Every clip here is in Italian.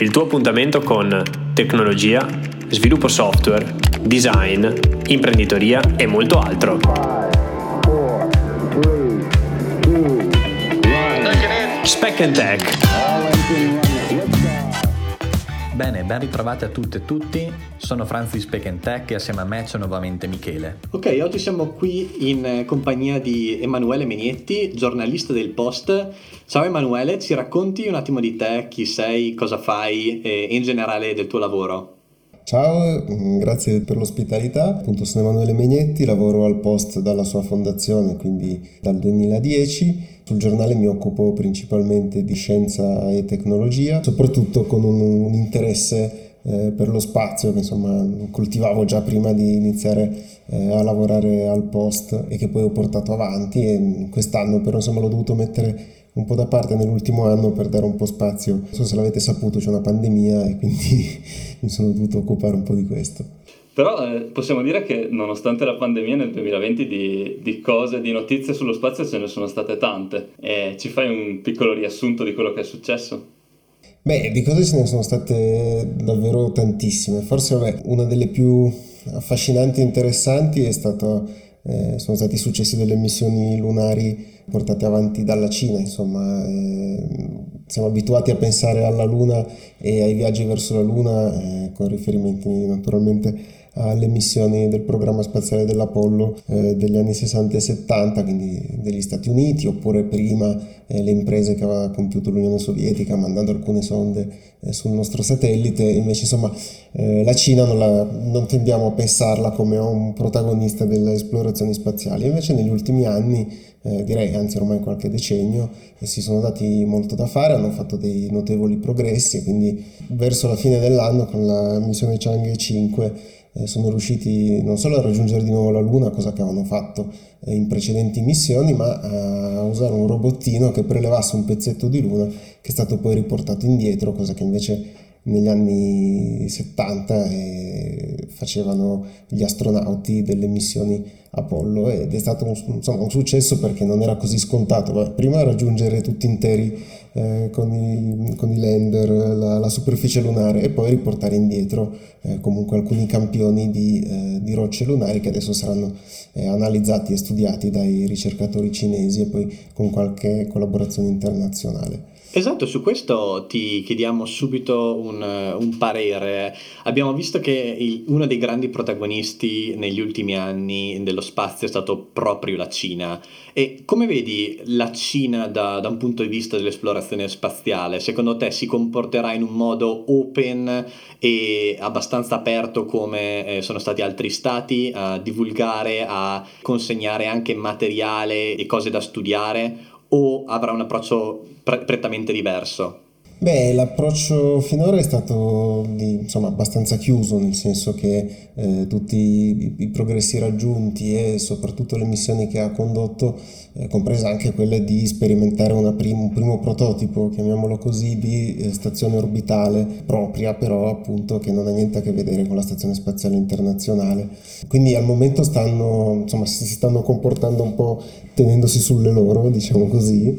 il tuo appuntamento con tecnologia, sviluppo software, design, imprenditoria e molto altro. Spec and Tech. Bene, ben ritrovati a tutte e tutti, sono Franz di Spec and Tech e assieme a me c'è nuovamente Michele. Ok, oggi siamo qui in compagnia di Emanuele Menietti, giornalista del Post. Ciao Emanuele, ci racconti un attimo di te, chi sei, cosa fai e in generale del tuo lavoro? Ciao, grazie per l'ospitalità. Appunto sono Emanuele Megnetti, lavoro al Post dalla sua fondazione, quindi dal 2010. Sul giornale mi occupo principalmente di scienza e tecnologia, soprattutto con un interesse per lo spazio che insomma coltivavo già prima di iniziare a lavorare al Post e che poi ho portato avanti, e quest'anno però insomma l'ho dovuto mettere un po' da parte nell'ultimo anno per dare un po' spazio. Non so se l'avete saputo, c'è una pandemia e quindi mi sono dovuto occupare un po' di questo. Però possiamo dire che nonostante la pandemia nel 2020 di cose, di notizie sullo spazio ce ne sono state tante. Ci fai un piccolo riassunto di quello che è successo? Beh, di cose ce ne sono state davvero tantissime. Forse una delle più affascinanti e interessanti sono stati i successi delle missioni lunari portate avanti dalla Cina. Insomma, siamo abituati a pensare alla Luna e ai viaggi verso la Luna con riferimenti naturalmente alle missioni del programma spaziale dell'Apollo degli anni 60 e 70, quindi degli Stati Uniti, oppure prima le imprese che aveva compiuto l'Unione Sovietica mandando alcune sonde sul nostro satellite. Invece insomma la Cina non tendiamo a pensarla come un protagonista delle esplorazioni spaziali. Invece negli ultimi anni, direi anzi ormai qualche decennio, si sono dati molto da fare, hanno fatto dei notevoli progressi, e quindi verso la fine dell'anno con la missione Chang'e 5 sono riusciti non solo a raggiungere di nuovo la Luna, cosa che avevano fatto in precedenti missioni, ma a usare un robottino che prelevasse un pezzetto di Luna che è stato poi riportato indietro, cosa che invece negli anni 70 facevano gli astronauti delle missioni Apollo, ed è stato un successo perché non era così scontato. Prima raggiungere tutti interi con i lander la superficie lunare e poi riportare indietro comunque alcuni campioni di rocce lunari che adesso saranno analizzati e studiati dai ricercatori cinesi e poi con qualche collaborazione internazionale. Esatto, su questo ti chiediamo subito un parere. Abbiamo visto che uno dei grandi protagonisti negli ultimi anni dello spazio è stato proprio la Cina. E come vedi la Cina da un punto di vista dell'esplorazione spaziale? Secondo te si comporterà in un modo open e abbastanza aperto come sono stati altri stati a divulgare, a consegnare anche materiale e cose da studiare? O avrà un approccio prettamente diverso? Beh, l'approccio finora è stato abbastanza chiuso, nel senso che tutti i progressi raggiunti e soprattutto le missioni che ha condotto, compresa anche quelle di sperimentare un primo prototipo, chiamiamolo così, di stazione orbitale propria, però appunto che non ha niente a che vedere con la Stazione Spaziale Internazionale. Quindi al momento si stanno comportando un po' tenendosi sulle loro, diciamo così,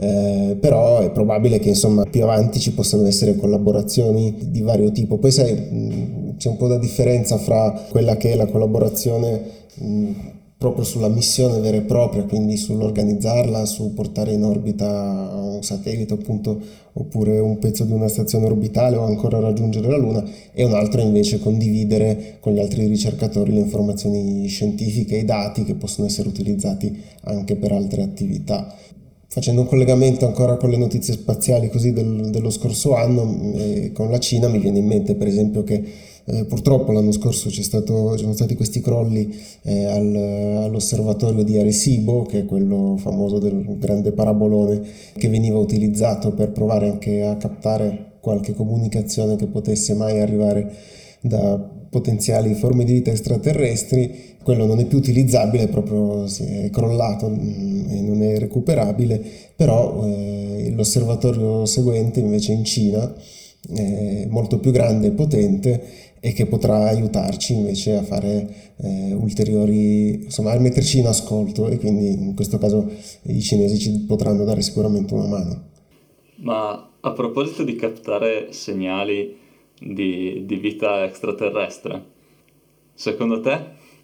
però è probabile che insomma più avanti ci possano essere collaborazioni di vario tipo. Poi sai, c'è un po' da differenza fra quella che è la collaborazione proprio sulla missione vera e propria, quindi sull'organizzarla, su portare in orbita un satellite appunto, oppure un pezzo di una stazione orbitale o ancora raggiungere la Luna, e un altro invece condividere con gli altri ricercatori le informazioni scientifiche e i dati che possono essere utilizzati anche per altre attività. Facendo un collegamento ancora con le notizie spaziali così dello scorso anno, con la Cina mi viene in mente per esempio che purtroppo l'anno scorso c'erano stati questi crolli all'osservatorio di Arecibo, che è quello famoso del grande parabolone che veniva utilizzato per provare anche a captare qualche comunicazione che potesse mai arrivare da potenziali forme di vita extraterrestri. Quello non è più utilizzabile, proprio è crollato e non è recuperabile, però l'osservatorio seguente invece in Cina è molto più grande e potente, e che potrà aiutarci invece a fare ulteriori, a metterci in ascolto, e quindi in questo caso i cinesi ci potranno dare sicuramente una mano. Ma A proposito di captare segnali di vita extraterrestre, secondo te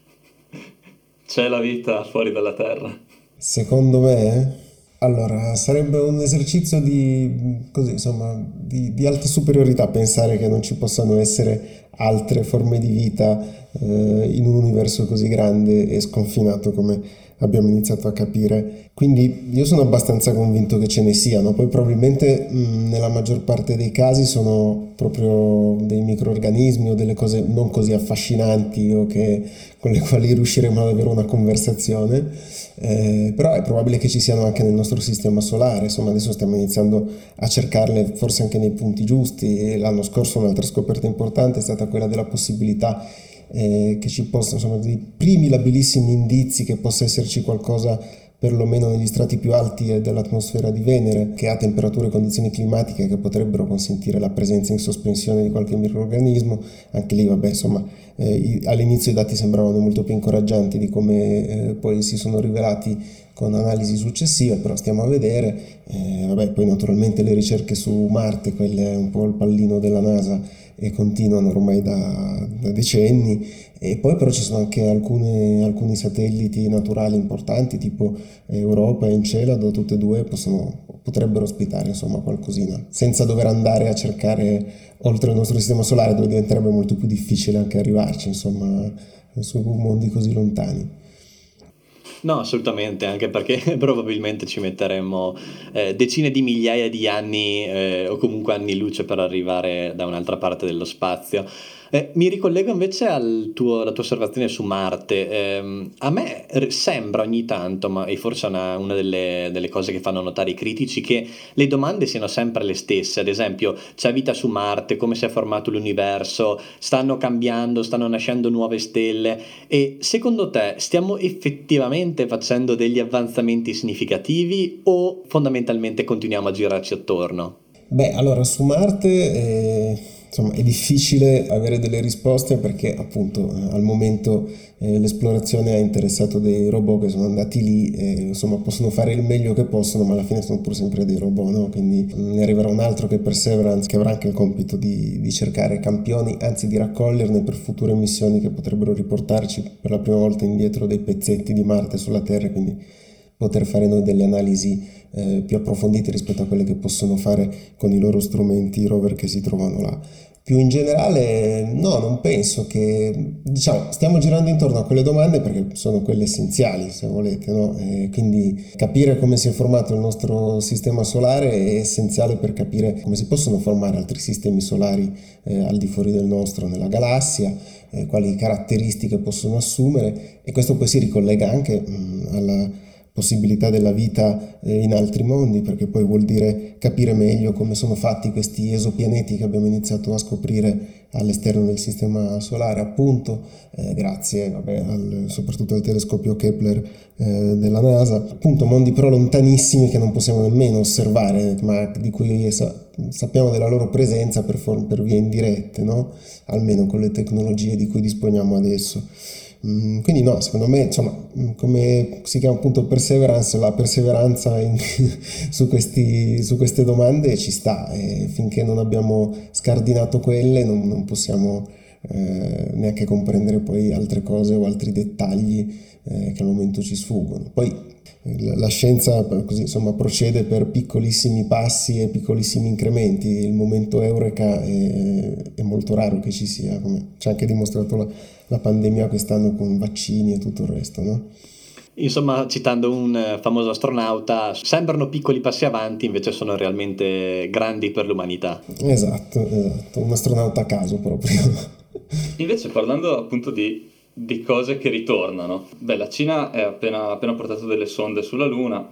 c'è la vita fuori dalla Terra? Secondo me, allora, sarebbe un esercizio così, insomma, di alta superiorità pensare che non ci possano essere altre forme di vita in un universo così grande e sconfinato come abbiamo iniziato a capire. Quindi io sono abbastanza convinto che ce ne siano, poi probabilmente nella maggior parte dei casi sono proprio dei microrganismi o delle cose non così affascinanti o con le quali riusciremo ad avere una conversazione, però è probabile che ci siano anche nel nostro sistema solare. Insomma, adesso stiamo iniziando a cercarle forse anche nei punti giusti, e l'anno scorso un'altra scoperta importante è stata quella della possibilità che ci possano, insomma, dei primi labilissimi indizi che possa esserci qualcosa perlomeno negli strati più alti dell'atmosfera di Venere, che ha temperature e condizioni climatiche che potrebbero consentire la presenza in sospensione di qualche microrganismo. Anche lì, vabbè, insomma, all'inizio i dati sembravano molto più incoraggianti di come poi si sono rivelati con analisi successive, però stiamo a vedere. Vabbè, poi naturalmente le ricerche su Marte, quelle è un po' il pallino della NASA e continuano ormai da decenni. E poi però ci sono anche alcuni satelliti naturali importanti, tipo Europa e Encelado, tutte e due potrebbero ospitare, insomma, qualcosina, senza dover andare a cercare oltre il nostro sistema solare, dove diventerebbe molto più difficile anche arrivarci, insomma, su mondi così lontani. No, assolutamente, anche perché probabilmente ci metteremmo decine di migliaia di anni o comunque anni luce per arrivare da un'altra parte dello spazio. Mi ricollego invece alla tua osservazione su Marte. A me sembra ogni tanto, e forse è una delle cose che fanno notare i critici, che le domande siano sempre le stesse. Ad esempio, c'è vita su Marte, come si è formato l'universo, stanno cambiando, stanno nascendo nuove stelle. E secondo te stiamo effettivamente facendo degli avanzamenti significativi o fondamentalmente continuiamo a girarci attorno? Beh, allora su Marte insomma, è difficile avere delle risposte perché appunto al momento l'esplorazione ha interessato dei robot che sono andati lì e insomma possono fare il meglio che possono, ma alla fine sono pur sempre dei robot, no? Quindi ne arriverà un altro che Perseverance, che avrà anche il compito di cercare campioni, anzi di raccoglierne per future missioni che potrebbero riportarci per la prima volta indietro dei pezzetti di Marte sulla Terra, quindi poter fare noi delle analisi più approfondite rispetto a quelle che possono fare con i loro strumenti, i rover che si trovano là. Più in generale, no, non penso che, diciamo, stiamo girando intorno a quelle domande perché sono quelle essenziali, se volete, no? Quindi capire come si è formato il nostro sistema solare è essenziale per capire come si possono formare altri sistemi solari al di fuori del nostro, nella galassia, quali caratteristiche possono assumere, e questo poi si ricollega anche alla possibilità della vita in altri mondi, perché poi vuol dire capire meglio come sono fatti questi esopianeti che abbiamo iniziato a scoprire all'esterno del sistema solare, appunto grazie soprattutto al telescopio Kepler della NASA, appunto mondi però lontanissimi che non possiamo nemmeno osservare, ma di cui sappiamo della loro presenza per vie indirette, no? Almeno con le tecnologie di cui disponiamo adesso. Quindi no, secondo me, insomma, come si chiama appunto Perseverance, la perseveranza su queste domande ci sta, e finché non abbiamo scardinato quelle non possiamo neanche comprendere poi altre cose o altri dettagli che al momento ci sfuggono. Poi la scienza così, insomma, procede per piccolissimi passi e piccolissimi incrementi. Il momento eureka è molto raro che ci sia, come ci ha anche dimostrato la pandemia quest'anno con vaccini e tutto il resto, no? Insomma, citando un famoso astronauta, sembrano piccoli passi avanti, invece sono realmente grandi per l'umanità. Esatto, un astronauta a caso proprio. Invece, parlando appunto di cose che ritornano, beh, la Cina è appena portato delle sonde sulla Luna,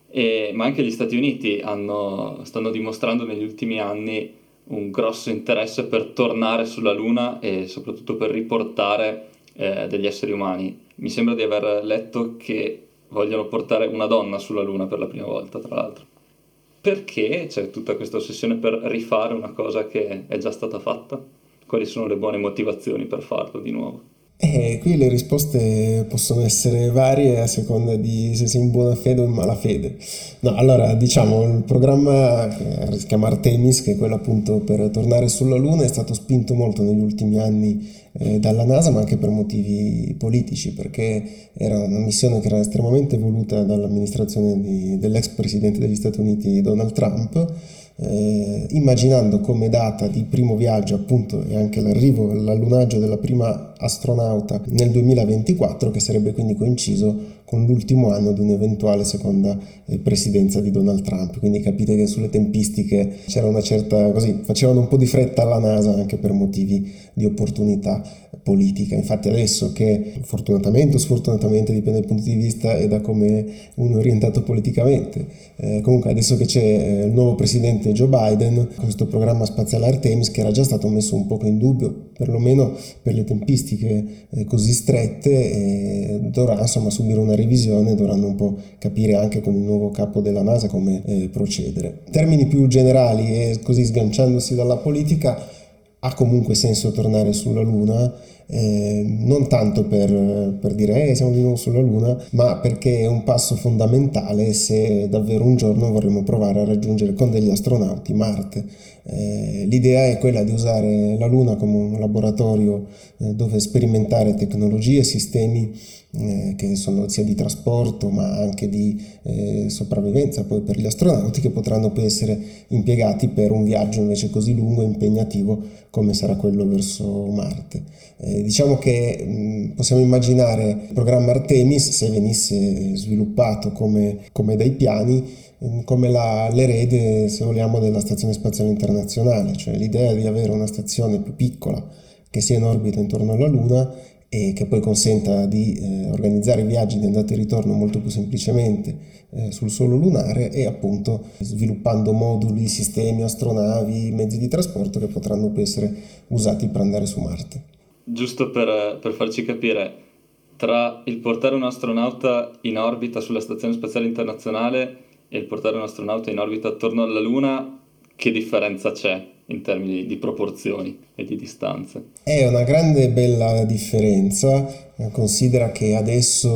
ma anche gli Stati Uniti stanno dimostrando negli ultimi anni un grosso interesse per tornare sulla Luna e soprattutto per riportare degli esseri umani. Mi sembra di aver letto che vogliono portare una donna sulla Luna per la prima volta, tra l'altro. Perché c'è tutta questa ossessione per rifare una cosa che è già stata fatta? Quali sono le buone motivazioni per farlo di nuovo? Qui le risposte possono essere varie a seconda di se sei in buona fede o in malafede. No, allora, diciamo, il programma che si chiama Artemis, che è quello appunto per tornare sulla Luna, è stato spinto molto negli ultimi anni dalla NASA, ma anche per motivi politici, perché era una missione che era estremamente voluta dall'amministrazione dell'ex presidente degli Stati Uniti Donald Trump, immaginando come data di primo viaggio appunto e anche l'arrivo, l'allunaggio della prima astronauta nel 2024, che sarebbe quindi coinciso con l'ultimo anno di un'eventuale seconda presidenza di Donald Trump. Quindi capite che sulle tempistiche c'era una certa, così, facevano un po' di fretta alla NASA anche per motivi di opportunità politica. Infatti adesso che fortunatamente o sfortunatamente, dipende dal punto di vista e da come uno è orientato politicamente, comunque adesso che c'è il nuovo presidente Joe Biden, questo programma spaziale Artemis, che era già stato messo un poco in dubbio, perlomeno per le tempistiche così strette, dovrà insomma subire una revisione, dovranno un po' capire anche con il nuovo capo della NASA come procedere. In termini più generali e così sganciandosi dalla politica, ha comunque senso tornare sulla Luna, non tanto per dire siamo di nuovo sulla Luna, ma perché è un passo fondamentale se davvero un giorno vorremmo provare a raggiungere con degli astronauti Marte. L'idea è quella di usare la Luna come un laboratorio dove sperimentare tecnologie e sistemi che sono sia di trasporto ma anche di sopravvivenza poi per gli astronauti, che potranno poi essere impiegati per un viaggio invece così lungo e impegnativo come sarà quello verso Marte. Diciamo che possiamo immaginare il programma Artemis, se venisse sviluppato come dai piani, come l'erede, se vogliamo, della Stazione Spaziale Internazionale, cioè l'idea di avere una stazione più piccola che sia in orbita intorno alla Luna e che poi consenta di organizzare viaggi di andata e ritorno molto più semplicemente sul suolo lunare, e appunto sviluppando moduli, sistemi, astronavi, mezzi di trasporto che potranno poi essere usati per andare su Marte. Giusto per farci capire, tra il portare un astronauta in orbita sulla Stazione Spaziale Internazionale e il portare un astronauta in orbita attorno alla Luna, che differenza c'è in termini di proporzioni e di distanze? È una grande e bella differenza. Considera che adesso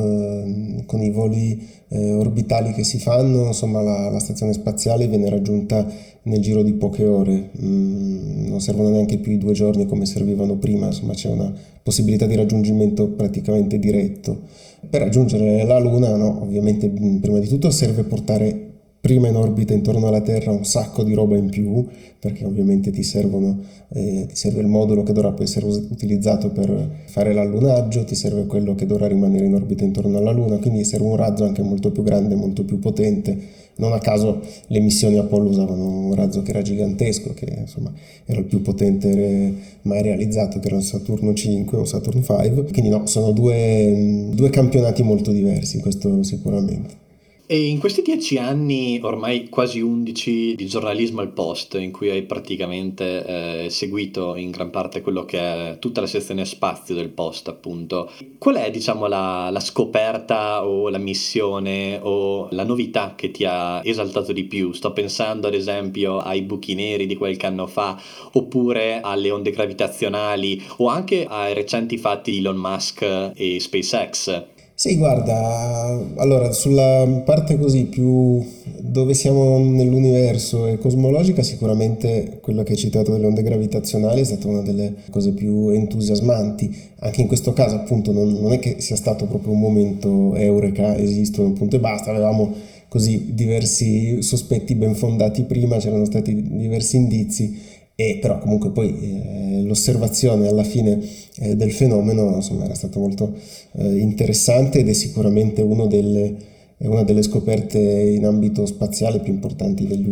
con i voli orbitali che si fanno, insomma la stazione spaziale viene raggiunta nel giro di poche ore, non servono neanche più i 2 giorni come servivano prima, insomma c'è una possibilità di raggiungimento praticamente diretto. Per raggiungere la Luna, no, ovviamente prima di tutto serve portare prima in orbita intorno alla Terra un sacco di roba in più, perché ovviamente ti serve il modulo che dovrà poi essere utilizzato per fare l'allunaggio, ti serve quello che dovrà rimanere in orbita intorno alla Luna, quindi serve un razzo anche molto più grande, molto più potente. Non a caso le missioni Apollo usavano un razzo che era gigantesco, che insomma era il più potente mai realizzato, che era il Saturno 5 o Saturn 5, quindi no, sono due campionati molto diversi, questo sicuramente. E in questi 10 anni, ormai quasi 11, di giornalismo al post, in cui hai praticamente seguito in gran parte quello che è tutta la sezione spazio del post, appunto, qual è, diciamo, la scoperta o la missione o la novità che ti ha esaltato di più? Sto pensando ad esempio ai buchi neri di qualche anno fa, oppure alle onde gravitazionali, o anche ai recenti fatti di Elon Musk e SpaceX. Sì, guarda, allora sulla parte così più dove siamo nell'universo e cosmologica, sicuramente quella che hai citato delle onde gravitazionali è stata una delle cose più entusiasmanti. Anche in questo caso appunto non è che sia stato proprio un momento eureka, esistono punto e basta, avevamo così diversi sospetti ben fondati prima, c'erano stati diversi indizi. Però comunque poi l'osservazione alla fine del fenomeno insomma era stata molto interessante, ed è sicuramente una delle scoperte in ambito spaziale più importanti degli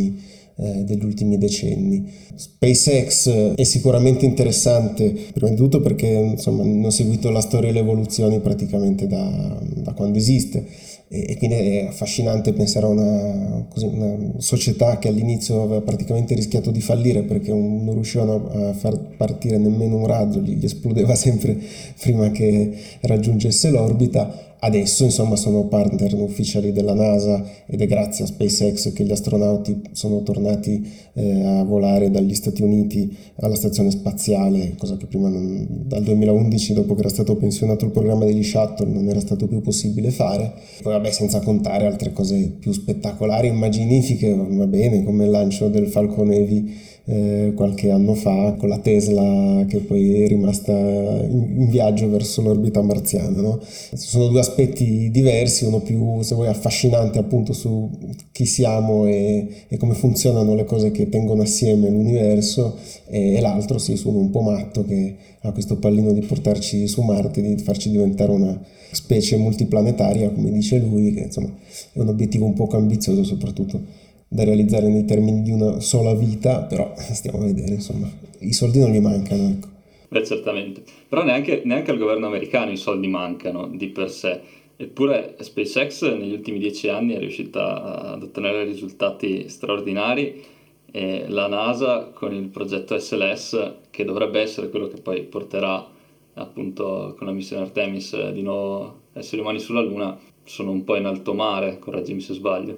ultimi decenni. SpaceX è sicuramente interessante, prima di tutto perché insomma ne ho seguito la storia e le evoluzioni praticamente da quando esiste, e quindi è affascinante pensare a una società che all'inizio aveva praticamente rischiato di fallire perché non riuscivano a far partire nemmeno un razzo, gli esplodeva sempre prima che raggiungesse l'orbita, adesso insomma sono partner ufficiali della NASA ed è grazie a SpaceX che gli astronauti sono tornati a volare dagli Stati Uniti alla stazione spaziale, cosa che prima dal 2011, dopo che era stato pensionato il programma degli shuttle, non era stato più possibile fare. Poi vabbè, senza contare altre cose più spettacolari, immaginifiche, va bene, come il lancio del Falcon Heavy qualche anno fa con la Tesla che poi è rimasta in viaggio verso l'orbita marziana, no? Sono due aspetti diversi, uno più, se vuoi, affascinante appunto su chi siamo e come funzionano le cose che tengono assieme l'universo, e l'altro sì, su uno un po' matto che ha questo pallino di portarci su Marte, di farci diventare una specie multiplanetaria, come dice lui, che insomma è un obiettivo un poco ambizioso, soprattutto da realizzare nei termini di una sola vita, però stiamo a vedere, insomma, i soldi non gli mancano, ecco. Beh, certamente, però neanche al governo americano i soldi mancano di per sé, eppure SpaceX negli ultimi 10 anni è riuscita ad ottenere risultati straordinari, e la NASA con il progetto SLS, che dovrebbe essere quello che poi porterà appunto con la missione Artemis di nuovo esseri umani sulla Luna, sono un po' in alto mare, correggimi se sbaglio.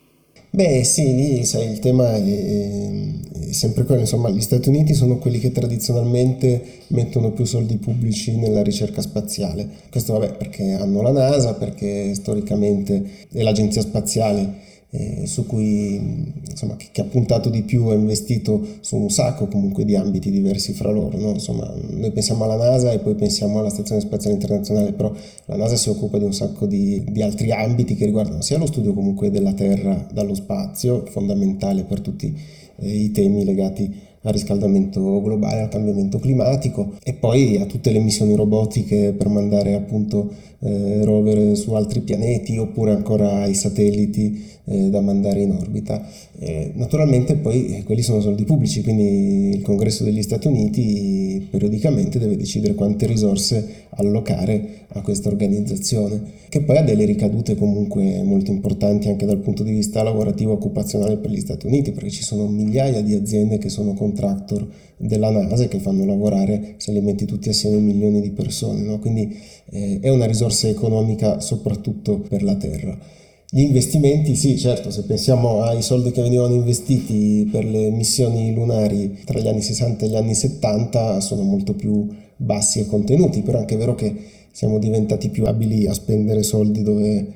Beh sì, lì sai, il tema è sempre quello, insomma, gli Stati Uniti sono quelli che tradizionalmente mettono più soldi pubblici nella ricerca spaziale. Questo vabbè perché hanno la NASA, perché storicamente è l'agenzia spaziale su cui, insomma, che ha puntato di più, ha investito su un sacco comunque di ambiti diversi fra loro, no? Insomma, noi pensiamo alla NASA e poi pensiamo alla Stazione Spaziale Internazionale, però la NASA si occupa di un sacco di altri ambiti che riguardano sia lo studio comunque della Terra dallo spazio, fondamentale per tutti i temi legati al riscaldamento globale, al cambiamento climatico, e poi a tutte le missioni robotiche per mandare appunto rover su altri pianeti, oppure ancora ai satelliti da mandare in orbita. Naturalmente poi quelli sono soldi pubblici, quindi il Congresso degli Stati Uniti periodicamente deve decidere quante risorse allocare a questa organizzazione, che poi ha delle ricadute comunque molto importanti anche dal punto di vista lavorativo e occupazionale per gli Stati Uniti, perché ci sono migliaia di aziende che sono contractor della NASA e che fanno lavorare, se li metti tutti assieme, milioni di persone, no? Quindi è una risorsa economica soprattutto per la Terra. Gli investimenti, sì, certo, se pensiamo ai soldi che venivano investiti per le missioni lunari tra gli anni 60 e gli anni 70, sono molto più bassi e contenuti, però è anche vero che siamo diventati più abili a spendere soldi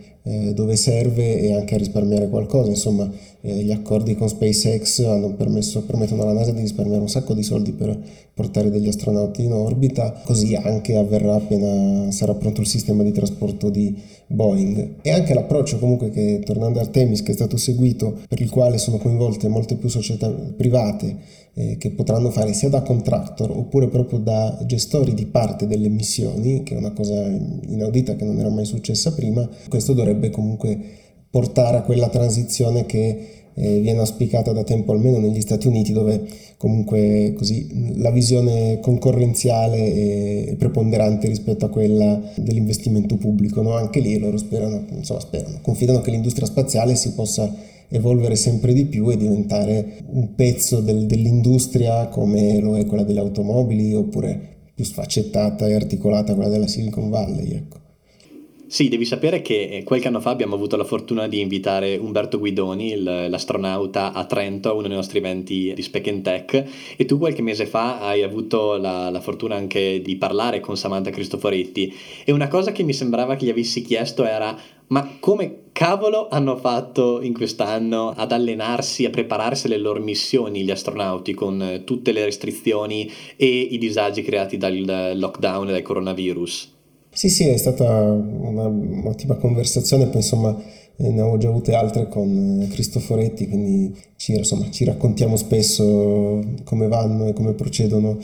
dove serve e anche a risparmiare qualcosa. Insomma, gli accordi con SpaceX permettono alla NASA di risparmiare un sacco di soldi per portare degli astronauti in orbita, così anche avverrà appena sarà pronto il sistema di trasporto di Boeing. E anche l'approccio comunque che, tornando a Artemis, che è stato seguito, per il quale sono coinvolte molte più società private che potranno fare sia da contractor oppure proprio da gestori di parte delle missioni, che è una cosa inaudita che non era mai successa prima. Questo dovrebbe comunque portare a quella transizione che viene auspicata da tempo, almeno negli Stati Uniti, dove comunque così la visione concorrenziale è preponderante rispetto a quella dell'investimento pubblico, no? Anche lì loro confidano che l'industria spaziale si possa evolvere sempre di più e diventare un pezzo dell'industria come lo è quella delle automobili, oppure più sfaccettata e articolata quella della Silicon Valley, ecco. Sì, devi sapere che qualche anno fa abbiamo avuto la fortuna di invitare Umberto Guidoni, l'astronauta, a Trento a uno dei nostri eventi di Spec and Tech, e tu qualche mese fa hai avuto la fortuna anche di parlare con Samantha Cristoforetti, e una cosa che mi sembrava che gli avessi chiesto era: ma come cavolo hanno fatto in quest'anno ad allenarsi, a prepararsi alle loro missioni gli astronauti con tutte le restrizioni e i disagi creati dal lockdown e dal coronavirus? Sì, è stata un'ottima conversazione, poi insomma ne avevo già avute altre con Cristoforetti, quindi ci raccontiamo spesso come vanno e come procedono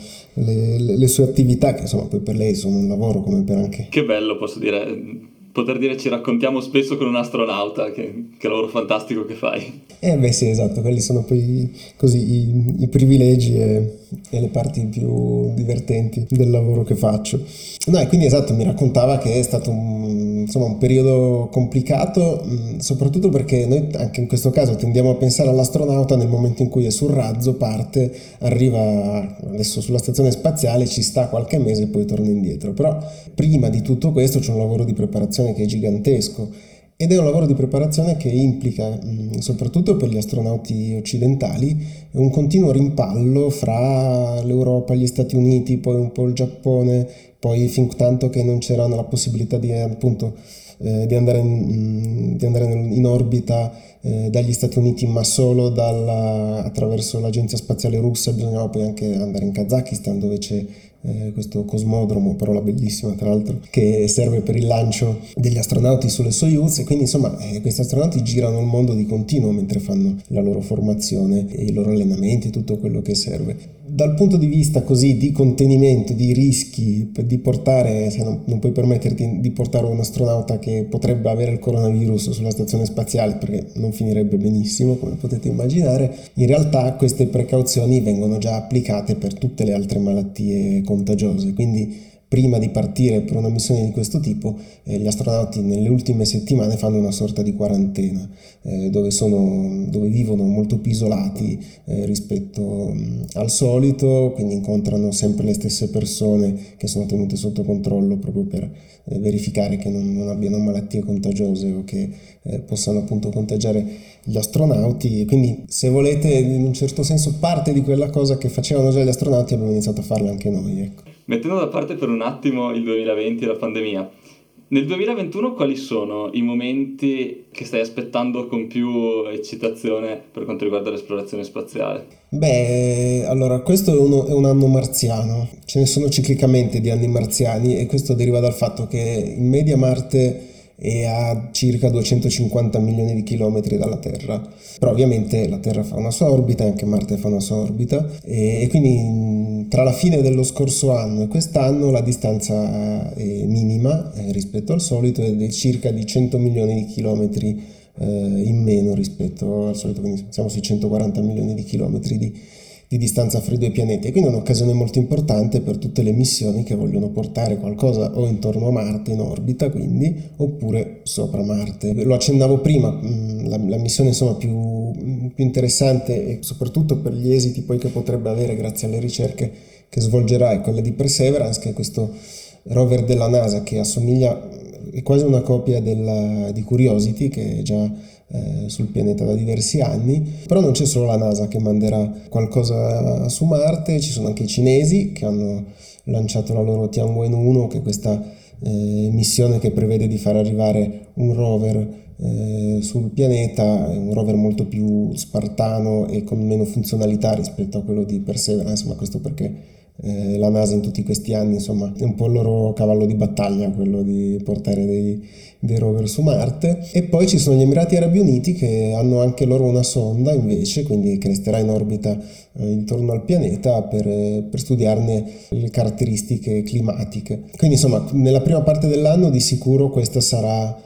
le sue attività, che insomma poi per lei sono un lavoro come per anche... Che bello, posso dire, poter dire ci raccontiamo spesso con un astronauta, che lavoro fantastico che fai. Beh sì, esatto, quelli sono poi così i privilegi e e le parti più divertenti del lavoro che faccio. No, e quindi esatto, mi raccontava che è stato un periodo complicato, soprattutto perché noi anche in questo caso tendiamo a pensare all'astronauta nel momento in cui è sul razzo, parte, arriva adesso sulla stazione spaziale, ci sta qualche mese e poi torna indietro. Però prima di tutto questo c'è un lavoro di preparazione che è gigantesco. Ed è un lavoro di preparazione che implica, soprattutto per gli astronauti occidentali, un continuo rimpallo fra l'Europa, gli Stati Uniti, poi un po' il Giappone, poi fin tanto che non c'era la possibilità di andare in orbita dagli Stati Uniti, ma solo attraverso l'agenzia spaziale russa. Bisognava poi anche andare in Kazakistan, dove c'è questo cosmodromo, parola bellissima tra l'altro, che serve per il lancio degli astronauti sulle Soyuz. E quindi insomma questi astronauti girano il mondo di continuo mentre fanno la loro formazione e i loro allenamenti, tutto quello che serve. Dal punto di vista così di contenimento, di rischi, di portare, se non puoi permetterti di portare un astronauta che potrebbe avere il coronavirus sulla stazione spaziale, perché non finirebbe benissimo, come potete immaginare, in realtà queste precauzioni vengono già applicate per tutte le altre malattie contagiose. Quindi prima di partire per una missione di questo tipo, gli astronauti nelle ultime settimane fanno una sorta di quarantena, dove vivono molto più isolati rispetto al solito, quindi incontrano sempre le stesse persone che sono tenute sotto controllo proprio per verificare che non abbiano malattie contagiose o che possano appunto contagiare gli astronauti. E quindi, se volete, in un certo senso parte di quella cosa che facevano già gli astronauti abbiamo iniziato a farla anche noi, ecco. Mettendo da parte per un attimo il 2020 e la pandemia, nel 2021 quali sono i momenti che stai aspettando con più eccitazione per quanto riguarda l'esplorazione spaziale? Beh, allora questo è un anno marziano, ce ne sono ciclicamente di anni marziani, e questo deriva dal fatto che in media Marte è a circa 250 milioni di chilometri dalla Terra, però ovviamente la Terra fa una sua orbita e anche Marte fa una sua orbita, e quindi tra la fine dello scorso anno e quest'anno la distanza è minima rispetto al solito, ed è circa di 100 milioni di chilometri in meno rispetto al solito, quindi siamo sui 140 milioni di chilometri di distanza fra i due pianeti. E quindi è un'occasione molto importante per tutte le missioni che vogliono portare qualcosa o intorno a Marte in orbita, quindi, oppure sopra Marte. Lo accennavo prima, la missione insomma più interessante, e soprattutto per gli esiti poi che potrebbe avere grazie alle ricerche che svolgerà, è quella di Perseverance, che è questo rover della NASA che è quasi una copia di Curiosity, che è già sul pianeta da diversi anni. Però non c'è solo la NASA che manderà qualcosa su Marte, ci sono anche i cinesi che hanno lanciato la loro Tianwen-1, che è questa missione che prevede di far arrivare un rover sul pianeta, un rover molto più spartano e con meno funzionalità rispetto a quello di Perseverance, ma questo perché la NASA in tutti questi anni insomma è un po' il loro cavallo di battaglia, quello di portare dei rover su Marte. E poi ci sono gli Emirati Arabi Uniti, che hanno anche loro una sonda invece, quindi che resterà in orbita intorno al pianeta per studiarne le caratteristiche climatiche. Quindi insomma nella prima parte dell'anno di sicuro questa sarà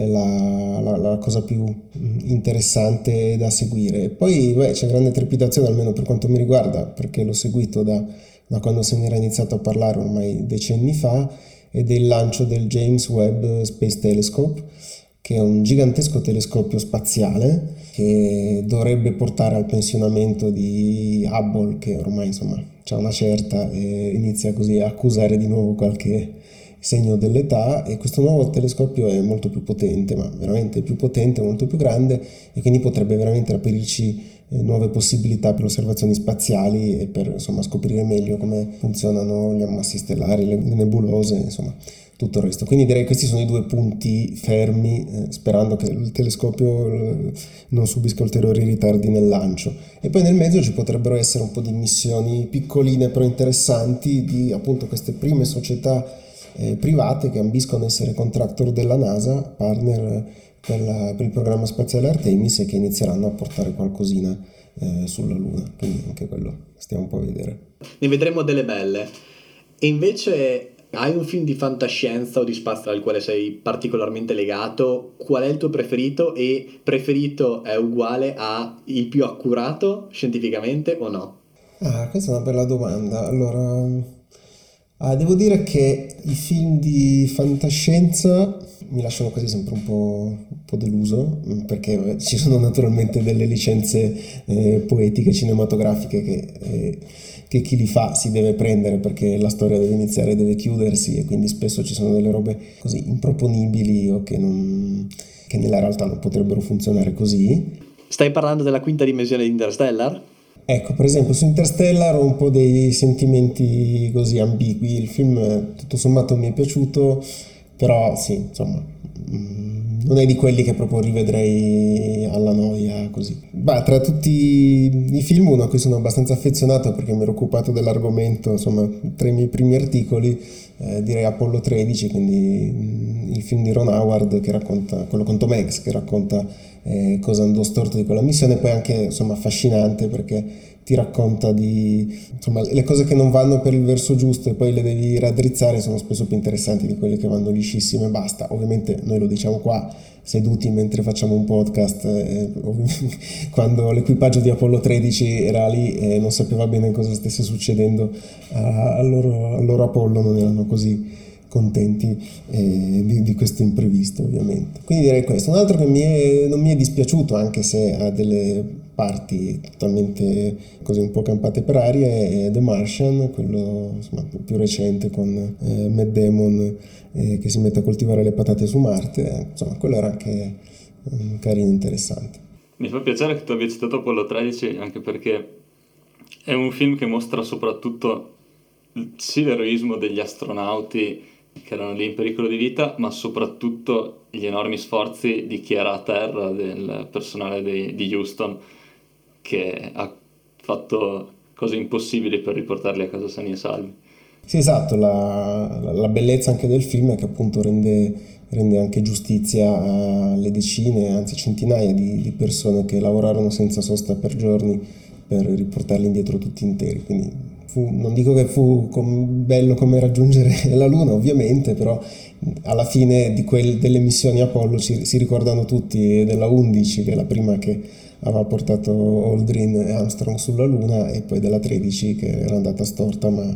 la cosa più interessante da seguire. Poi c'è grande trepidazione, almeno per quanto mi riguarda, perché l'ho seguito da quando se ne era iniziato a parlare ormai decenni fa, ed è il lancio del James Webb Space Telescope, che è un gigantesco telescopio spaziale che dovrebbe portare al pensionamento di Hubble, che ormai insomma c'ha una certa e inizia così a accusare di nuovo qualche segno dell'età. E questo nuovo telescopio è molto più potente, ma veramente più potente, molto più grande, e quindi potrebbe veramente aprirci nuove possibilità per le osservazioni spaziali e per insomma scoprire meglio come funzionano gli ammassi stellari, le nebulose, insomma tutto il resto. Quindi direi che questi sono i due punti fermi, sperando che il telescopio non subisca ulteriori ritardi nel lancio. E poi nel mezzo ci potrebbero essere un po' di missioni piccoline però interessanti di appunto queste prime società private che ambiscono a essere contractor della NASA, partner per il programma spaziale Artemis, e che inizieranno a portare qualcosina sulla Luna. Quindi anche quello stiamo un po' a vedere. Ne vedremo delle belle. E invece hai un film di fantascienza o di spazio al quale sei particolarmente legato? Qual è il tuo preferito? E preferito è uguale a il più accurato scientificamente o no? Questa è una bella domanda. Allora, devo dire che i film di fantascienza mi lasciano quasi sempre un po' deluso, perché ci sono naturalmente delle licenze poetiche, cinematografiche che chi li fa si deve prendere, perché la storia deve iniziare, deve chiudersi, e quindi spesso ci sono delle robe così improponibili o che nella realtà non potrebbero funzionare così. Stai parlando della quinta dimensione di Interstellar? Ecco, per esempio su Interstellar ho un po' dei sentimenti così ambigui. Il film tutto sommato mi è piaciuto, però sì, insomma, non è di quelli che proprio rivedrei alla noia così. Tra tutti i film, uno a cui sono abbastanza affezionato perché mi ero occupato dell'argomento, insomma, tra i miei primi articoli, direi Apollo 13, quindi il film di Ron Howard che racconta, quello con Tom Hanks, che racconta cosa andò storto di quella missione. Poi anche, insomma, affascinante perché ti racconta di, insomma, le cose che non vanno per il verso giusto e poi le devi raddrizzare, sono spesso più interessanti di quelle che vanno liscissime e basta. Ovviamente noi lo diciamo qua seduti mentre facciamo un podcast, quando l'equipaggio di Apollo 13 era lì e non sapeva bene cosa stesse succedendo al loro Apollo, non erano così contenti di questo imprevisto, ovviamente. Quindi direi questo. Un altro che non mi è dispiaciuto, anche se ha delle parti totalmente così un po' campate per aria, è The Martian, quello, insomma, più recente con Matt Damon che si mette a coltivare le patate su Marte. Insomma, quello era anche carino, interessante. Mi fa piacere che tu abbia citato Apollo 13, anche perché è un film che mostra soprattutto sì l'eroismo degli astronauti che erano lì in pericolo di vita, ma soprattutto gli enormi sforzi di chi era a terra, del personale di Houston, che ha fatto cose impossibili per riportarli a casa sani e salvi. Sì, esatto, la bellezza anche del film è che appunto rende anche giustizia alle decine, anzi centinaia di persone che lavorarono senza sosta per giorni per riportarli indietro tutti interi. Quindi non dico che fu bello come raggiungere la Luna, ovviamente, però alla fine delle missioni Apollo si ricordano tutti della 11, che è la prima che aveva portato Aldrin e Armstrong sulla Luna, e poi della 13 che era andata storta, ma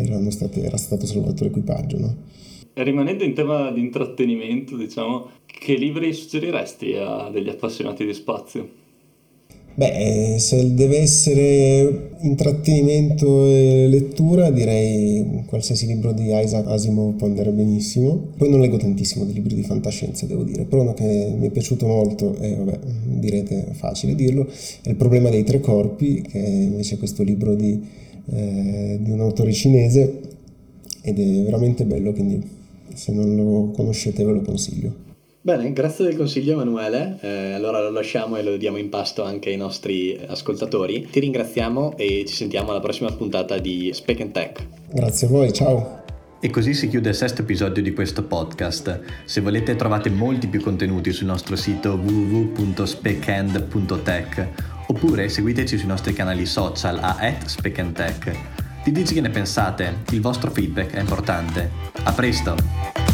era stato salvato l'equipaggio, no? E rimanendo in tema di intrattenimento, diciamo, che libri suggeriresti a degli appassionati di spazio? Se deve essere intrattenimento e lettura, direi qualsiasi libro di Isaac Asimov può andare benissimo. Poi non leggo tantissimo di libri di fantascienza, devo dire, però uno che mi è piaciuto molto, e vabbè, direte facile dirlo, è Il problema dei tre corpi, che è invece questo libro di un autore cinese, ed è veramente bello, quindi se non lo conoscete ve lo consiglio. Bene, grazie del consiglio Emanuele, allora lo lasciamo e lo diamo in pasto anche ai nostri ascoltatori. Ti ringraziamo e ci sentiamo alla prossima puntata di Spec and Tech. Grazie a voi, ciao! E così si chiude il sesto episodio di questo podcast. Se volete trovate molti più contenuti sul nostro sito www.specand.tech, oppure seguiteci sui nostri canali social a @specandtech. Diteci che ne pensate, il vostro feedback è importante. A presto!